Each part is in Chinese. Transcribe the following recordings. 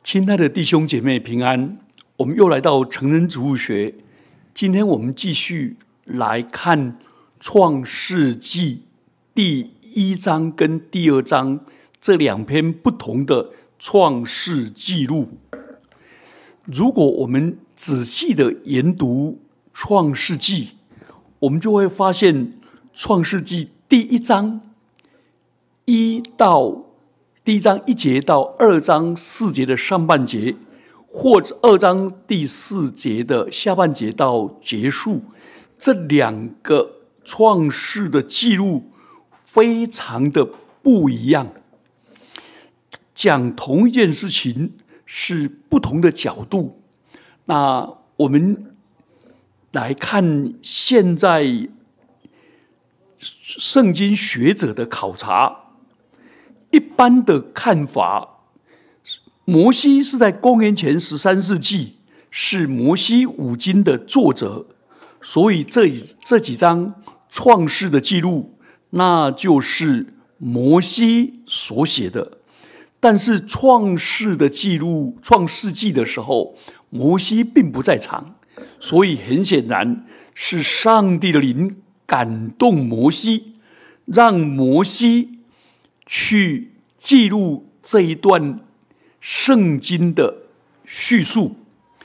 亲爱的弟兄姐妹平安，我们又来到成人植物学。今天我们继续来看创世纪第1章跟第2章这2篇不同的创世记录。如果我们仔细的研读创世纪，我们就会发现创世纪第1章1节到2章4节的上半节，或者2章第4节的下半节到结束，这2个创世的记录非常的不一样，讲同一件事情是不同的角度。那我们来看现在圣经学者的考察。一般的看法，摩西是在公元前13世纪，是摩西5经的作者，所以这几章创世的记录，那就是摩西所写的。但是创世的记录，创世纪的时候，摩西并不在场，所以很显然是上帝的灵感动摩西，让摩西去记录这一段圣经的叙述。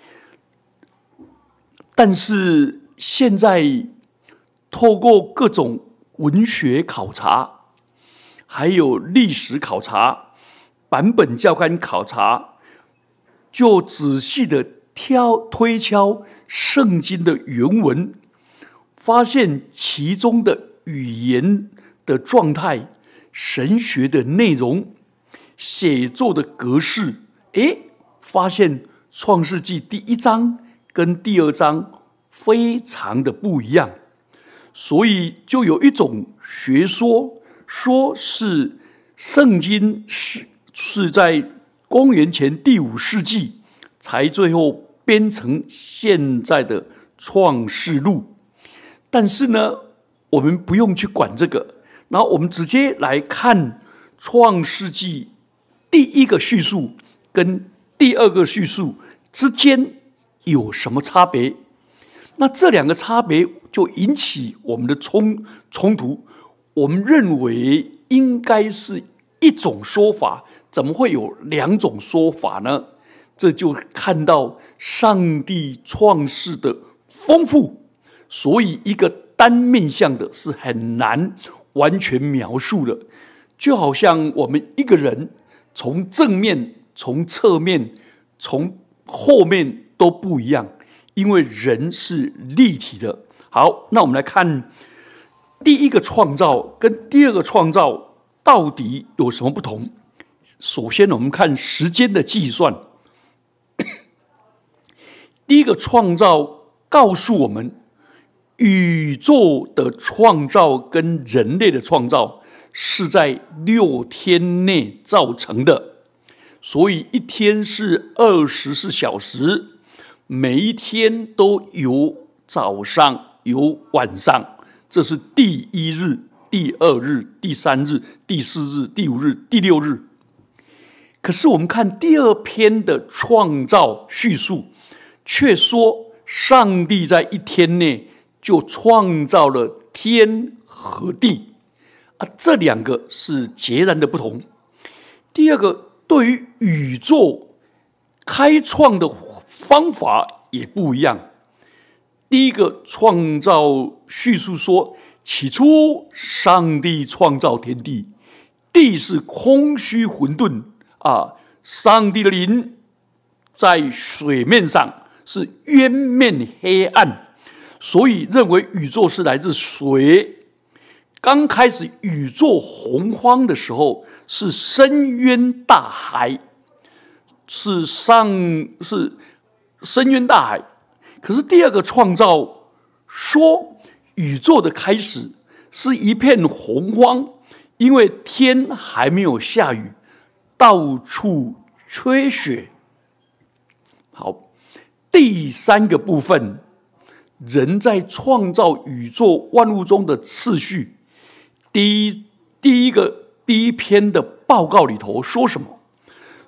但是现在透过各种文学考察，还有历史考察、版本校勘考察，就仔细的推敲圣经的原文，发现其中的语言的状态、神学的内容、写作的格式，发现创世纪第1章跟第2章非常的不一样。所以就有一种学说，说是圣经是在公元前第5世纪才最后编成现在的创世录。但是呢，我们不用去管这个，然后我们直接来看创世纪第1个叙述跟第2个叙述之间有什么差别。那这2个差别就引起我们的冲突。我们认为应该是一种说法，怎么会有2种说法呢？这就看到上帝创世的丰富，所以一个单面向的是很难完全描述的。就好像我们一个人从正面、从侧面、从后面都不一样，因为人是立体的。好，那我们来看第1个创造跟第2个创造到底有什么不同。首先我们看时间的计算。第1个创造告诉我们，宇宙的创造跟人类的创造是在6天内造成的，所以一天是24小时，每一天都有早上有晚上，这是第1日、第2日、第3日、第4日、第5日、第6日。可是我们看第2篇的创造叙述，却说上帝在1天内就创造了天和地。这2个是截然的不同。第2个，对于宇宙开创的方法也不一样。第1个创造叙述说，起初上帝创造天地，地是空虚混沌上帝的灵在水面上是渊面黑暗，所以认为宇宙是来自水。刚开始宇宙洪荒的时候，是深渊大海，是深渊大海。可是第2个创造说，宇宙的开始是一片洪荒，因为天还没有下雨，到处缺雪。好，第3个部分，人在创造宇宙万物中的次序。第一篇的报告里头说什么？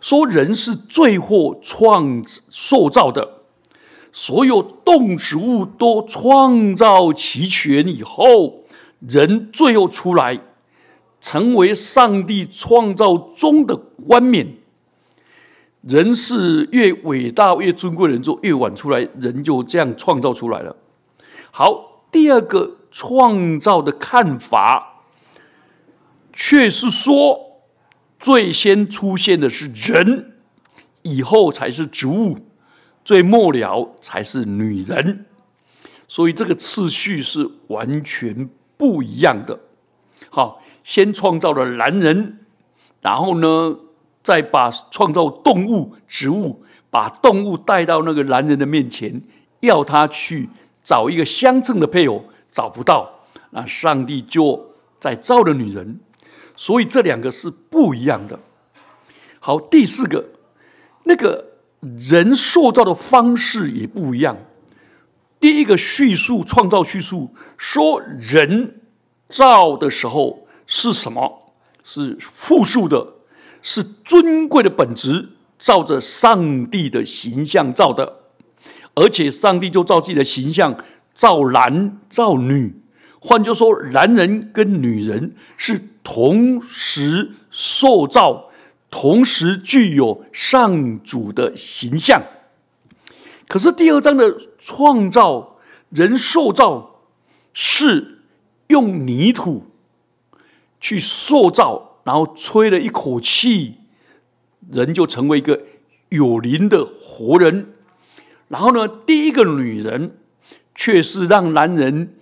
说人是最后塑造的，所有动植物都创造齐全以后，人最后出来，成为上帝创造中的冠冕。人是越伟大越尊贵的人就越晚出来，人就这样创造出来了。好，第二个创造的看法，却是说最先出现的是人，以后才是植物，最末了才是女人。所以这个次序是完全不一样的。好，先创造了男人，然后呢再把创造动物、植物，把动物带到那个男人的面前，要他去找一个相称的配偶，找不到，那上帝就再造了女人。所以这两个是不一样的。好，第四个，那个人塑造的方式也不一样。第一个叙述，创造叙述说人造的时候是什么？是复数的，是尊贵的本质，照着上帝的形象造的，而且上帝就照自己的形象造男造女。换句话说，男人跟女人是同时塑造，同时具有上主的形象。可是第二章的创造，人塑造是用泥土去塑造，然后吹了一口气，人就成为一个有灵的活人。然后呢，第一个女人却是让男人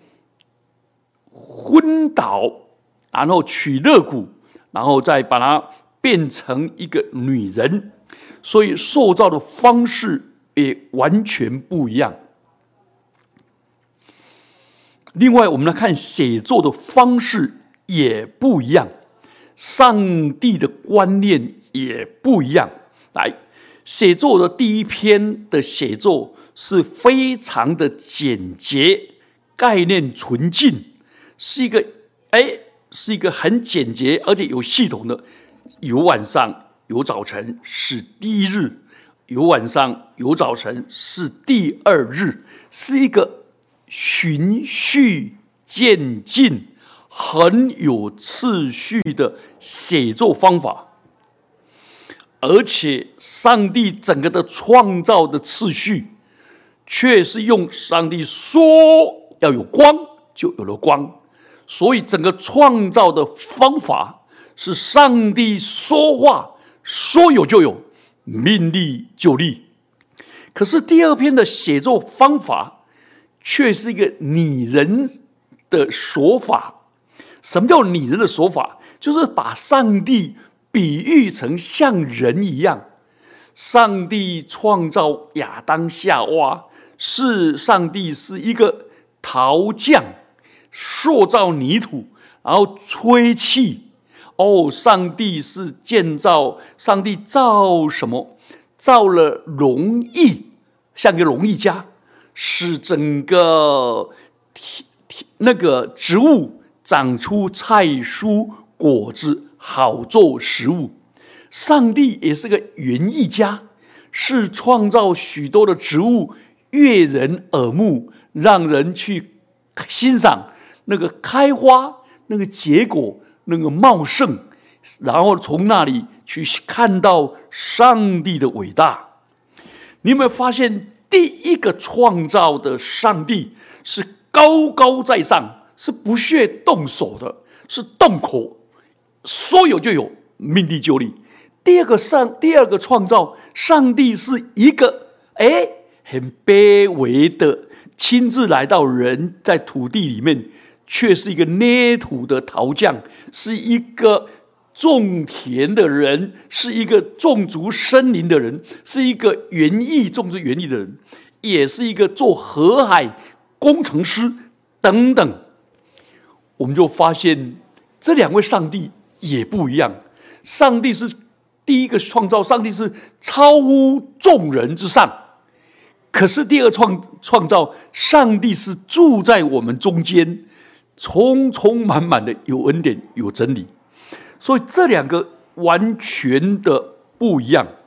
昏倒，然后取肋骨，然后再把它变成一个女人。所以塑造的方式也完全不一样。另外，我们来看写作的方式也不一样，上帝的观念也不一样。来，写作的第一篇的写作是非常的简洁，概念纯净，是一个很简洁而且有系统的，有晚上有早晨是第一日，有晚上有早晨是第二日，是一个循序渐进、很有次序的写作方法。而且上帝整个的创造的次序，却是用上帝说要有光，就有了光。所以整个创造的方法是上帝说话，说有就有，命立就立。可是第二篇的写作方法却是一个拟人的说法。什么叫拟人的说法？就是把上帝比喻成像人一样。上帝创造亚当夏娃，上帝是一个陶匠，塑造泥土，然后吹气。上帝是建造，上帝造什么？造了容易，像个容易家，使整个那个植物长出菜蔬果子，好做食物。上帝也是个园艺家，是创造许多的植物，悦人耳目，让人去欣赏那个开花，那个结果，那个茂盛，然后从那里去看到上帝的伟大。你有没有发现，第一个创造的上帝是高高在上，是不屑动手的，是动口，说有就有，命立就立。第二个创造，上帝是一个很卑微的，亲自来到人在土地里面，却是一个捏土的陶匠，是一个种田的人，是一个种植森林的人，是一个种植园艺的人，也是一个做河海工程师等等。我们就发现这两位上帝也不一样。上帝是第一个创造，上帝是超乎众人之上。可是第二创造，上帝是住在我们中间，充充满满的有恩典有真理。所以这两个完全的不一样。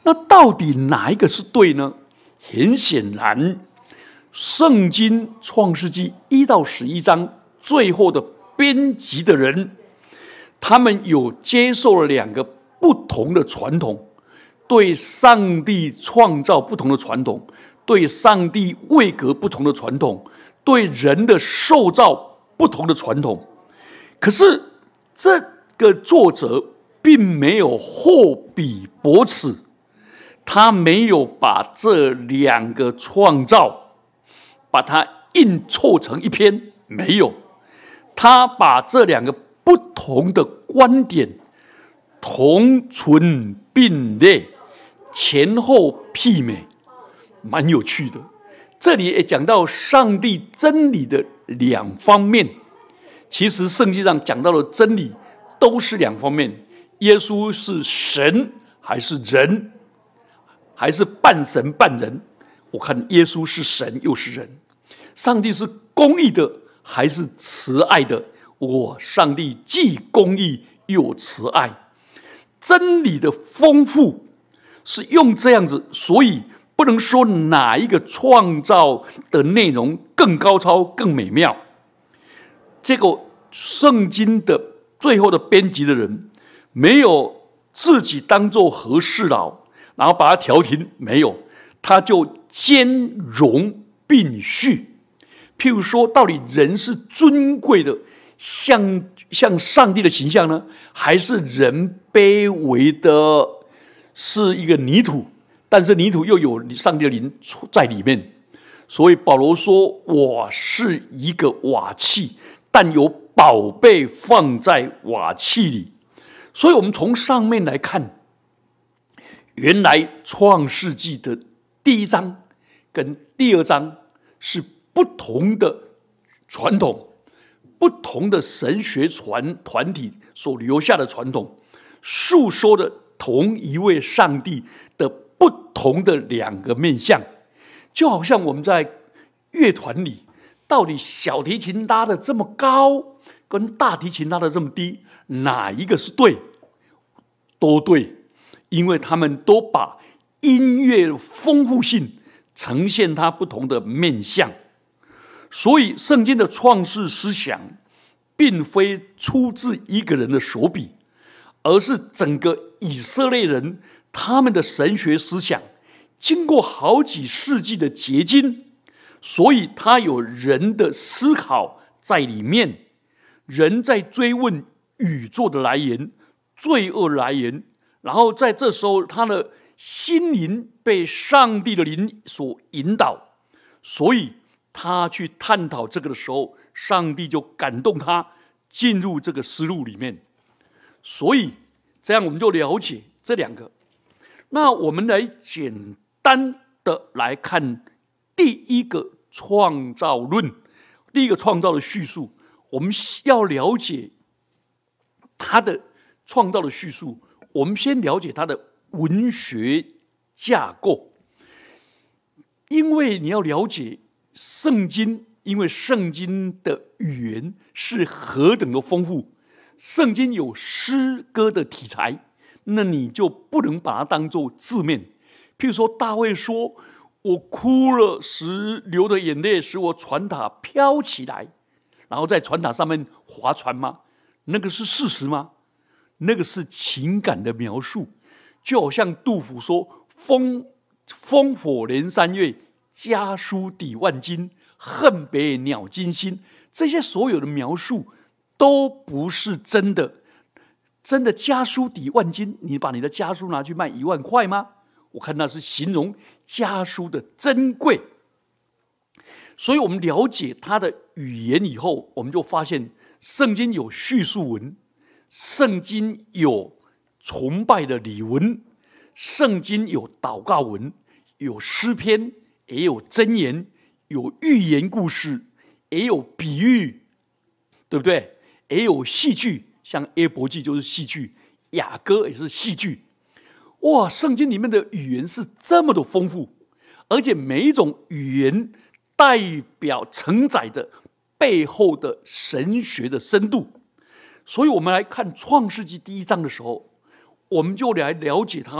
那到底哪一个是对呢？很显然，圣经创世纪1到11章最后的编辑的人，他们有接受了2个不同的传统，对上帝创造不同的传统，对上帝位格不同的传统，对人的受造不同的传统。可是这个作者并没有厚彼薄此，他没有把这2个创造把它硬凑成一篇，没有，他把这2个不同的观点同存并列，前后媲美，蛮有趣的。这里也讲到上帝真理的2方面，其实圣经上讲到的真理都是2方面，耶稣是神还是人，还是半神半人？我看耶稣是神又是人。上帝是公义的还是慈爱的？上帝既公义又慈爱。真理的丰富是用这样子，所以不能说哪一个创造的内容更高超更美妙。这个圣经的最后的编辑的人没有自己当作和事佬，然后把它调停，没有，他就兼容并蓄。譬如说，到底人是尊贵的像上帝的形象呢，还是人卑微的是一个泥土，但是泥土又有上帝的灵在里面？所以保罗说，我是一个瓦器，但有宝贝放在瓦器里。所以我们从上面来看，原来创世纪的第1章跟第2章是不同的传统，不同的神学团体所留下的传统，述说的同一位上帝的不同的2个面向。就好像我们在乐团里，到底小提琴拉得这么高跟大提琴拉得这么低，哪一个是对？都对，因为他们都把音乐丰富性呈现它不同的面向。所以圣经的创世思想并非出自一个人的手笔，而是整个以色列人他们的神学思想经过好几世纪的结晶，所以他有人的思考在里面，人在追问宇宙的来源、罪恶来源，然后在这时候他的心灵被上帝的灵所引导，所以他去探讨这个的时候，上帝就感动他进入这个思路里面。所以这样我们就了解这2个。那我们来简单的来看第1个创造论，第1个创造的叙述。我们要了解他的创造的叙述，我们先了解他的文学架构。因为你要了解圣经，因为圣经的语言是何等的丰富，圣经有诗歌的题材，那你就不能把它当作字面。譬如说大卫说，我哭了时流的眼泪使我船塔飘起来，然后在船塔上面划船吗？那个是事实吗？那个是情感的描述。就好像杜甫说，烽火连三月，家书抵万金，恨别鸟惊心。这些所有的描述都不是真的。真的家书抵万金，你把你的家书拿去卖1万块吗？我看那是形容家书的珍贵。所以我们了解它的语言以后，我们就发现圣经有叙述文，圣经有崇拜的礼文，圣经有祷告文，有诗篇，也有箴言，有寓言故事，也有比喻，对不对？也有戏剧，像约伯记就是戏剧，雅歌也是戏剧。哇，圣经里面的语言是这么的丰富，而且每一种语言代表承载的背后的神学的深度。所以我们来看创世纪第1章的时候，我们就来了解它背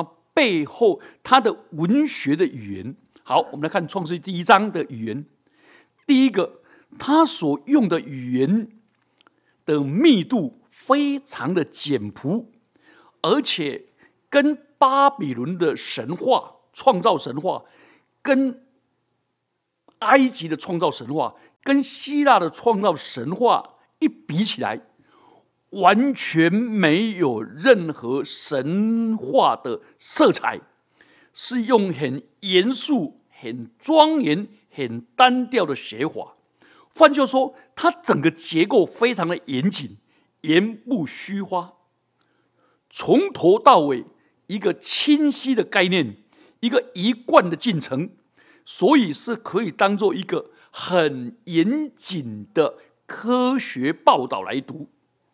背后它的文学的语言。好，我们来看创世记第1章的语言。第一个，他所用的语言的密度非常的简朴，而且跟巴比伦的神话、创造神话，跟埃及的创造神话，跟希腊的创造神话一比起来，完全没有任何神话的色彩，是用很严肃、很庄严、很单调的写法。换句话说，它整个结构非常的严谨，言不虚发，从头到尾一个清晰的概念，一个一贯的进程，所以是可以当做一个很严谨的科学报道来读。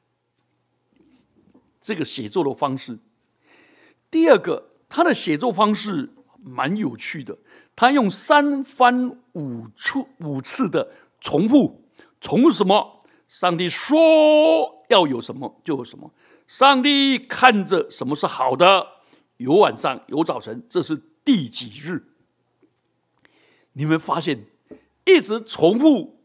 这个写作的方式。第二个，他的写作方式蛮有趣的，他用3番5次的重复什么？上帝说要有什么就有什么，上帝看着什么是好的，有晚上有早晨，这是第几日？你们发现一直重复，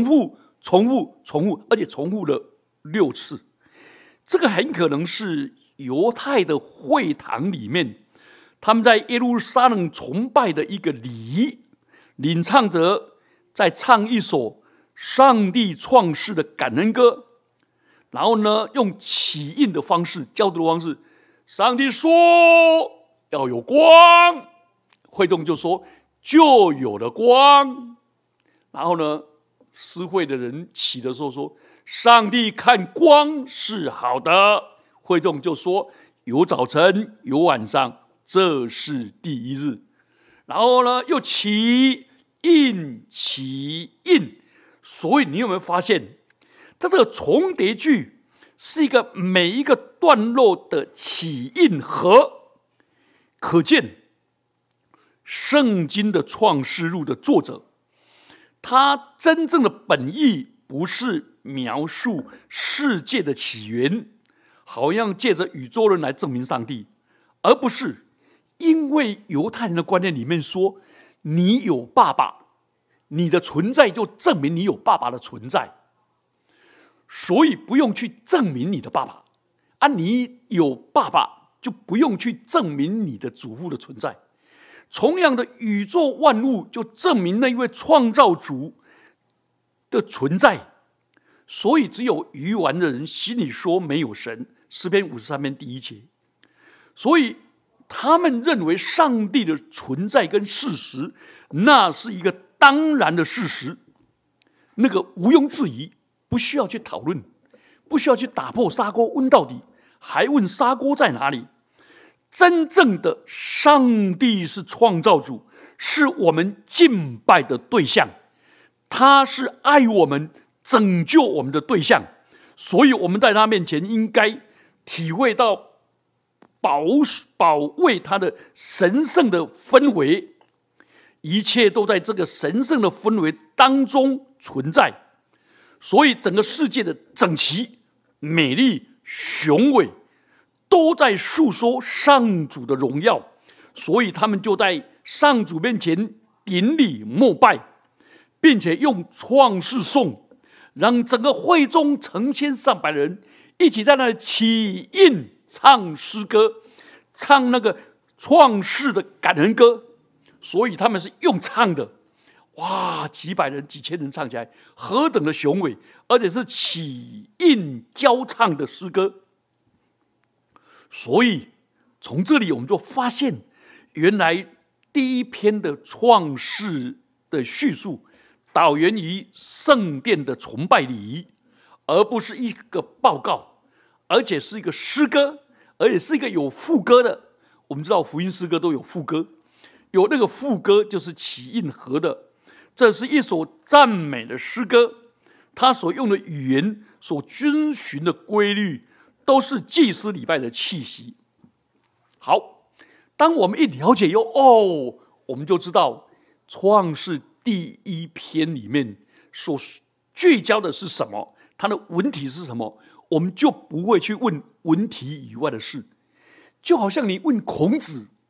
而且重复了6次。这个很可能是犹太的会堂里面，他们在耶路撒冷崇拜的一个礼仪。领唱者在唱一首上帝创世的感恩歌，然后呢，用起印的方式、教读的方式，上帝说要有光，会众就说就有了光。然后呢，诗会的人起的时候说，上帝看光是好的，会众就说有早晨有晚上，这是第1日。然后呢，又起印，所以你有没有发现，它这个重叠句是一个每一个段落的起印和，可见圣经的创世录的作者，他真正的本意不是描述世界的起源，好像借着宇宙论来证明上帝，而不是因为犹太人的观念里面说，你有爸爸，你的存在就证明你有爸爸的存在，所以不用去证明你的爸爸啊，你有爸爸就不用去证明你的祖父的存在。同样的，宇宙万物就证明那一位创造主的存在，所以只有愚顽的人心里说没有神。诗篇53篇第1节，所以他们认为上帝的存在跟事实，那是一个当然的事实，那个毋庸置疑，不需要去讨论，不需要去打破砂锅问到底，还问砂锅在哪里。真正的上帝是创造主，是我们敬拜的对象，他是爱我们、拯救我们的对象，所以我们在他面前应该体会到保卫他的神圣的氛围，一切都在这个神圣的氛围当中存在，所以整个世界的整齐、美丽、雄伟都在诉说上主的荣耀，所以他们就在上主面前顶礼膜拜，并且用创世颂让整个会中成千上百人一起在那里起印唱诗歌，唱那个创世的感恩歌，所以他们是用唱的，哇，几百人、几千人唱起来，何等的雄伟，而且是起印交唱的诗歌。所以从这里我们就发现，原来第一篇的创世的叙述导源于圣殿的崇拜礼仪，而不是一个报告，而且是一个诗歌，而且是一个有副歌的。我们知道福音诗歌都有副歌，有那个副歌就是起印和的，这是一首赞美的诗歌，它所用的语言、所遵循的规律都是祭司礼拜的气息。好，当我们一了解以后，我们就知道创世第1篇里面所聚焦的是什么，它的文体是什么，我们就不会去问文体以外的事。就好像你问孔子，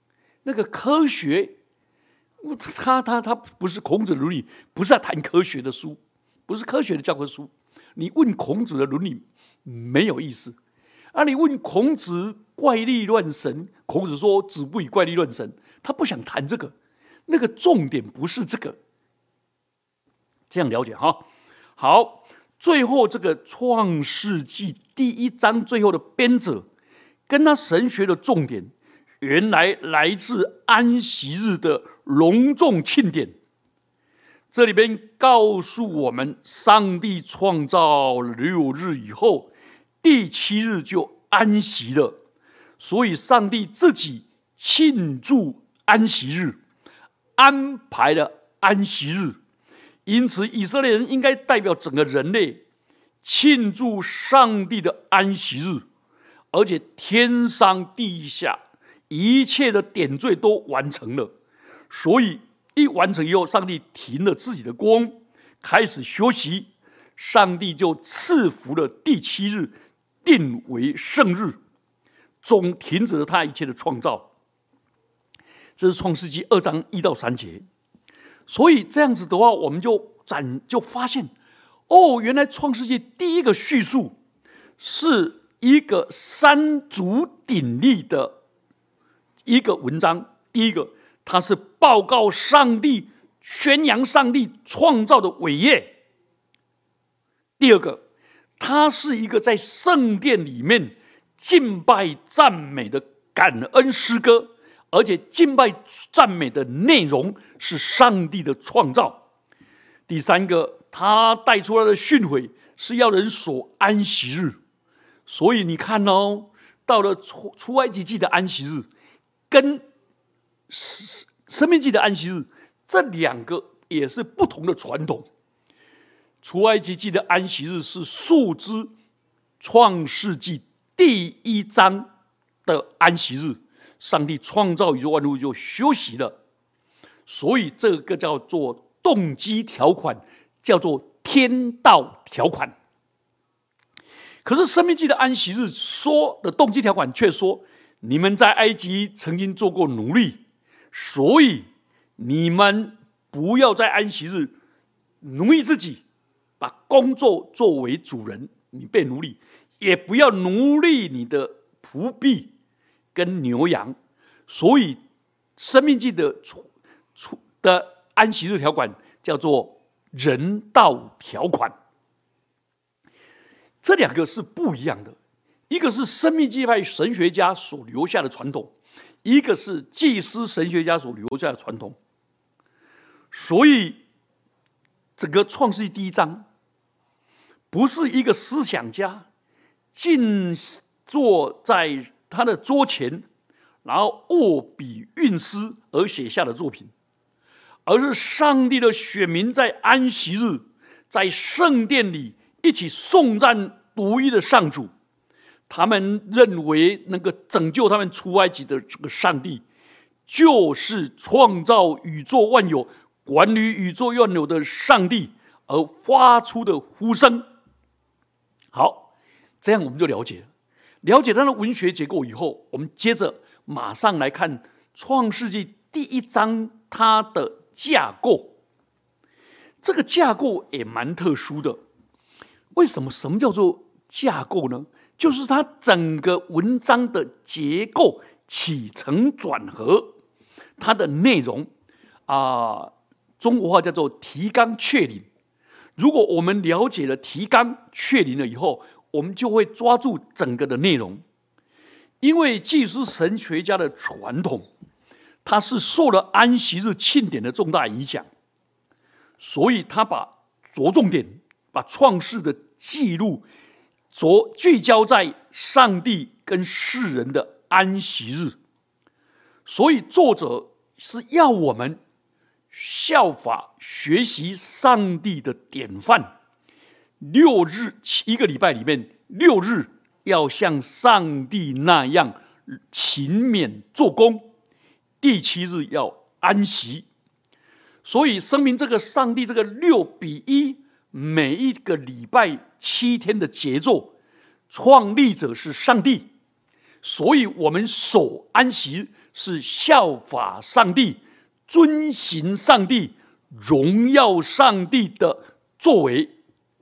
那个科学，他不是孔子的伦理，不是在谈科学的书，不是科学的教科书。你问孔子的伦理没有意思，你问孔子怪力乱神，孔子说子不以怪力乱神，他不想谈这个，那个重点不是这个。这样了解哈。好，最后这个创世纪第1章最后的编者，跟他神学的重点，原来来自安息日的隆重庆典。这里边告诉我们，上帝创造6日以后，第7日就安息了，所以上帝自己庆祝安息日，安排了安息日。因此以色列人应该代表整个人类庆祝上帝的安息日，而且天上地下一切的点缀都完成了，所以一完成以后，上帝停了自己的工，开始休息，上帝就赐福了第7日，定为圣日，总停止了他一切的创造。这是创世纪2章1到3节。所以这样子的话，我们就发现，原来创世纪第一个叙述是一个三足鼎立的一个文章。第一个，它是报告上帝、宣扬上帝创造的伟业；第二个，它是一个在圣殿里面敬拜赞美的感恩诗歌，而且敬拜赞美的内容是上帝的创造；第三个，他带出来的训诲是要人守安息日。所以你看哦，到了出埃及记的安息日跟申命记的安息日，这两个也是不同的传统。出埃及记的安息日是树枝创世纪第1章的安息日，上帝创造宇宙万物就休息了，所以这个叫做动机条款，叫做天道条款。可是申命记的安息日说的动机条款却说，你们在埃及曾经做过奴隶，所以你们不要在安息日奴役自己，把工作作为主人，你被奴隶，也不要奴隶你的仆婢跟牛羊。所以申命记的安息日条款叫做人道条款。这两个是不一样的，一个是申命记派神学家所留下的传统，一个是祭司神学家所留下的传统。所以整个创世纪第1章不是一个思想家静坐在他的桌前，然后握笔运诗而写下的作品，而是上帝的选民在安息日在圣殿里一起颂赞独一的上主。他们认为能够拯救他们出埃及的这个上帝，就是创造宇宙万有、管理宇宙万有的上帝而发出的呼声。好，这样我们就了解它的文学结构以后，我们接着马上来看创世纪第1章它的架构。这个架构也蛮特殊的。为什么？什么叫做架构呢？就是它整个文章的结构起承转合，它的内容中国话叫做提纲挈领。如果我们了解了提纲挈领了以后，我们就会抓住整个的内容。因为祭司神学家的传统，它是受了安息日庆典的重大影响，所以他着重点把创世的记录聚焦在上帝跟世人的安息日。所以作者是要我们效法学习上帝的典范。6日，一个礼拜里面6日要像上帝那样勤勉做工，第7日要安息。所以声明这个上帝这个6:1，每一个礼拜7天的节奏，创立者是上帝，所以我们守安息是效法上帝、遵行上帝、荣耀上帝的作为。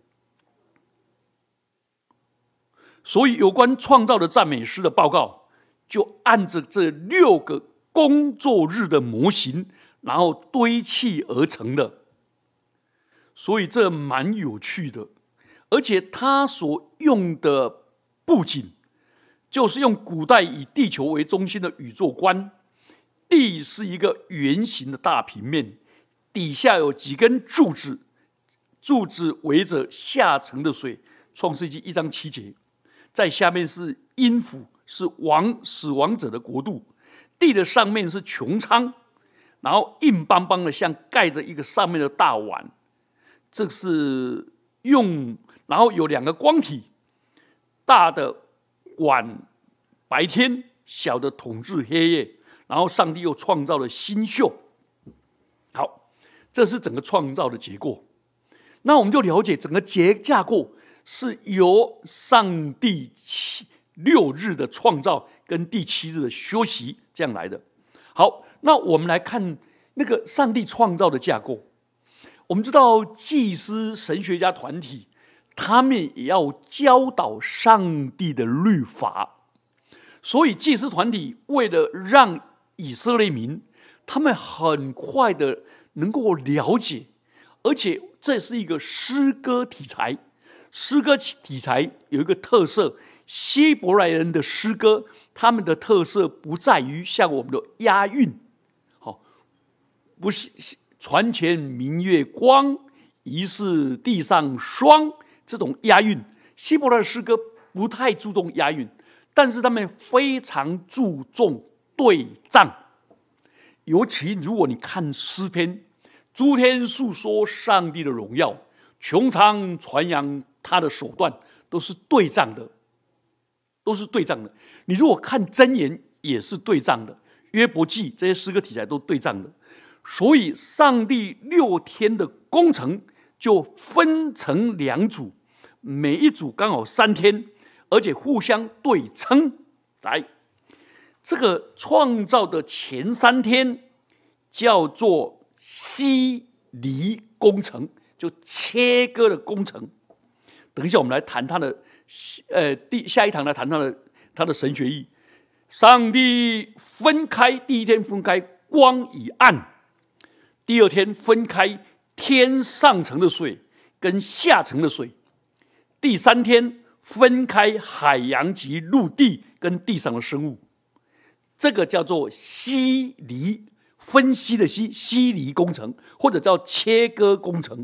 所以有关创造的赞美诗的报告，就按着这6个工作日的模型，然后堆砌而成的。所以这蛮有趣的，而且他所用的布景，就是用古代以地球为中心的宇宙观。地是一个圆形的大平面，底下有几根柱子，柱子围着下沉的水。创世纪1章7节。在下面是阴府，是死亡者的国度。地的上面是穹苍，然后硬邦邦的，像盖着一个上面的大碗。这是然后有2个光体，大的管白天，小的统治黑夜。然后上帝又创造了星宿。好，这是整个创造的结构。那我们就了解整个架构是由上帝6日的创造跟第7日的休息这样来的。好，那我们来看那个上帝创造的架构。我们知道祭司神学家团体，他们也要教导上帝的律法，所以祭司团体为了让以色列民他们很快的能够了解，而且这是一个诗歌题材。诗歌题材有一个特色，希伯来人的诗歌，他们的特色不在于像我们的押韵，不是船前明月光，疑是地上霜这种押韵。希伯来的诗歌不太注重押韵，但是他们非常注重对仗。尤其如果你看诗篇，诸天述说上帝的荣耀，穹苍传扬他的手段，都是对仗的，都是对仗的。你如果看箴言，也是对仗的，约伯记这些诗歌题材都对仗的。所以上帝6天的工程就分成2组，每一组刚好3天，而且互相对称。来，这个创造的前3天叫做西离工程，就切割的工程。等一下我们来谈它的下一堂来谈它的神学意义。上帝分开，第1天分开光与暗，第2天分开天上层的水跟下层的水，第3天分开海洋及陆地跟地上的生物。这个叫做析离，分析的析离工程，或者叫切割工程。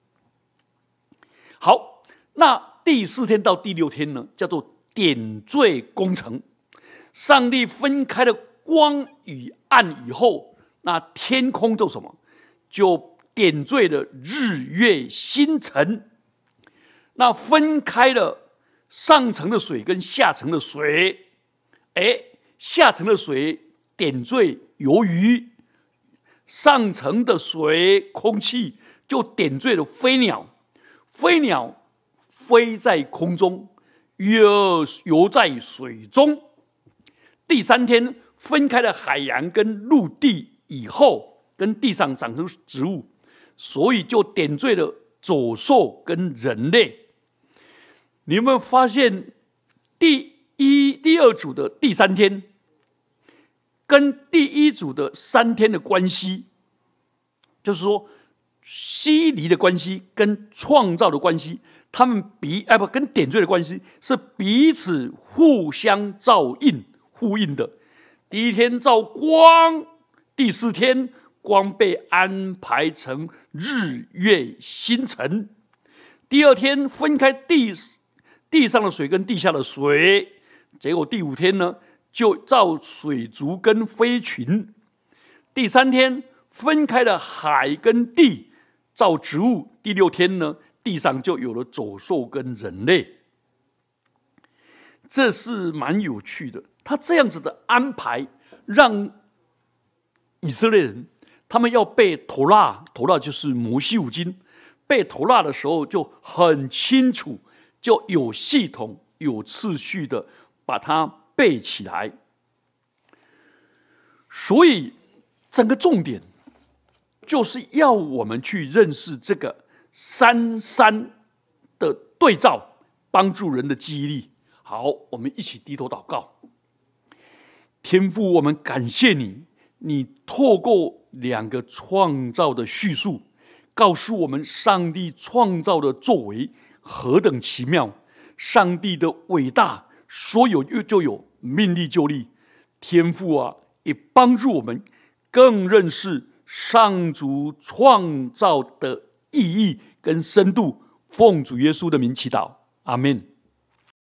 好，那第4天到第6天呢，叫做点缀工程。上帝分开了光与暗以后，那天空就什么？就点缀了日月星辰。那分开了上层的水跟下层的水，下层的水点缀游鱼，上层的水空气就点缀了飞鸟。飞鸟飞在空中，鱼儿游在水中。第3天分开了海洋跟陆地以后，跟地上长出植物，所以就点缀了走兽跟人类。你有没有发现第2组的第3天跟第1组的3天的关系？就是说析离的关系跟创造的关系，他们跟点缀的关系是彼此互相照应、呼应的。第1天照光，第4天光被安排成日月星辰。第2天分开地上的水跟地下的水，结果第5天呢就照水族跟飞禽。第3天分开了海跟地，造植物。第6天呢，地上就有了走兽跟人类。这是蛮有趣的。他这样子的安排，让以色列人他们要背头拉就是摩西五经，背头拉的时候就很清楚，就有系统、有次序的把它背起来。 所以整个重点就是要我们去认识这个三的对照，帮助人的记忆力。好，我们一起低头祷告。天父，我们感谢你，你透过2个创造的叙述，告诉我们上帝创造的作为何等奇妙，上帝的伟大，说有就有，命立就立。天父啊，也帮助我们更认识上主创造的意义跟深度。奉主耶稣的名祈祷，阿们。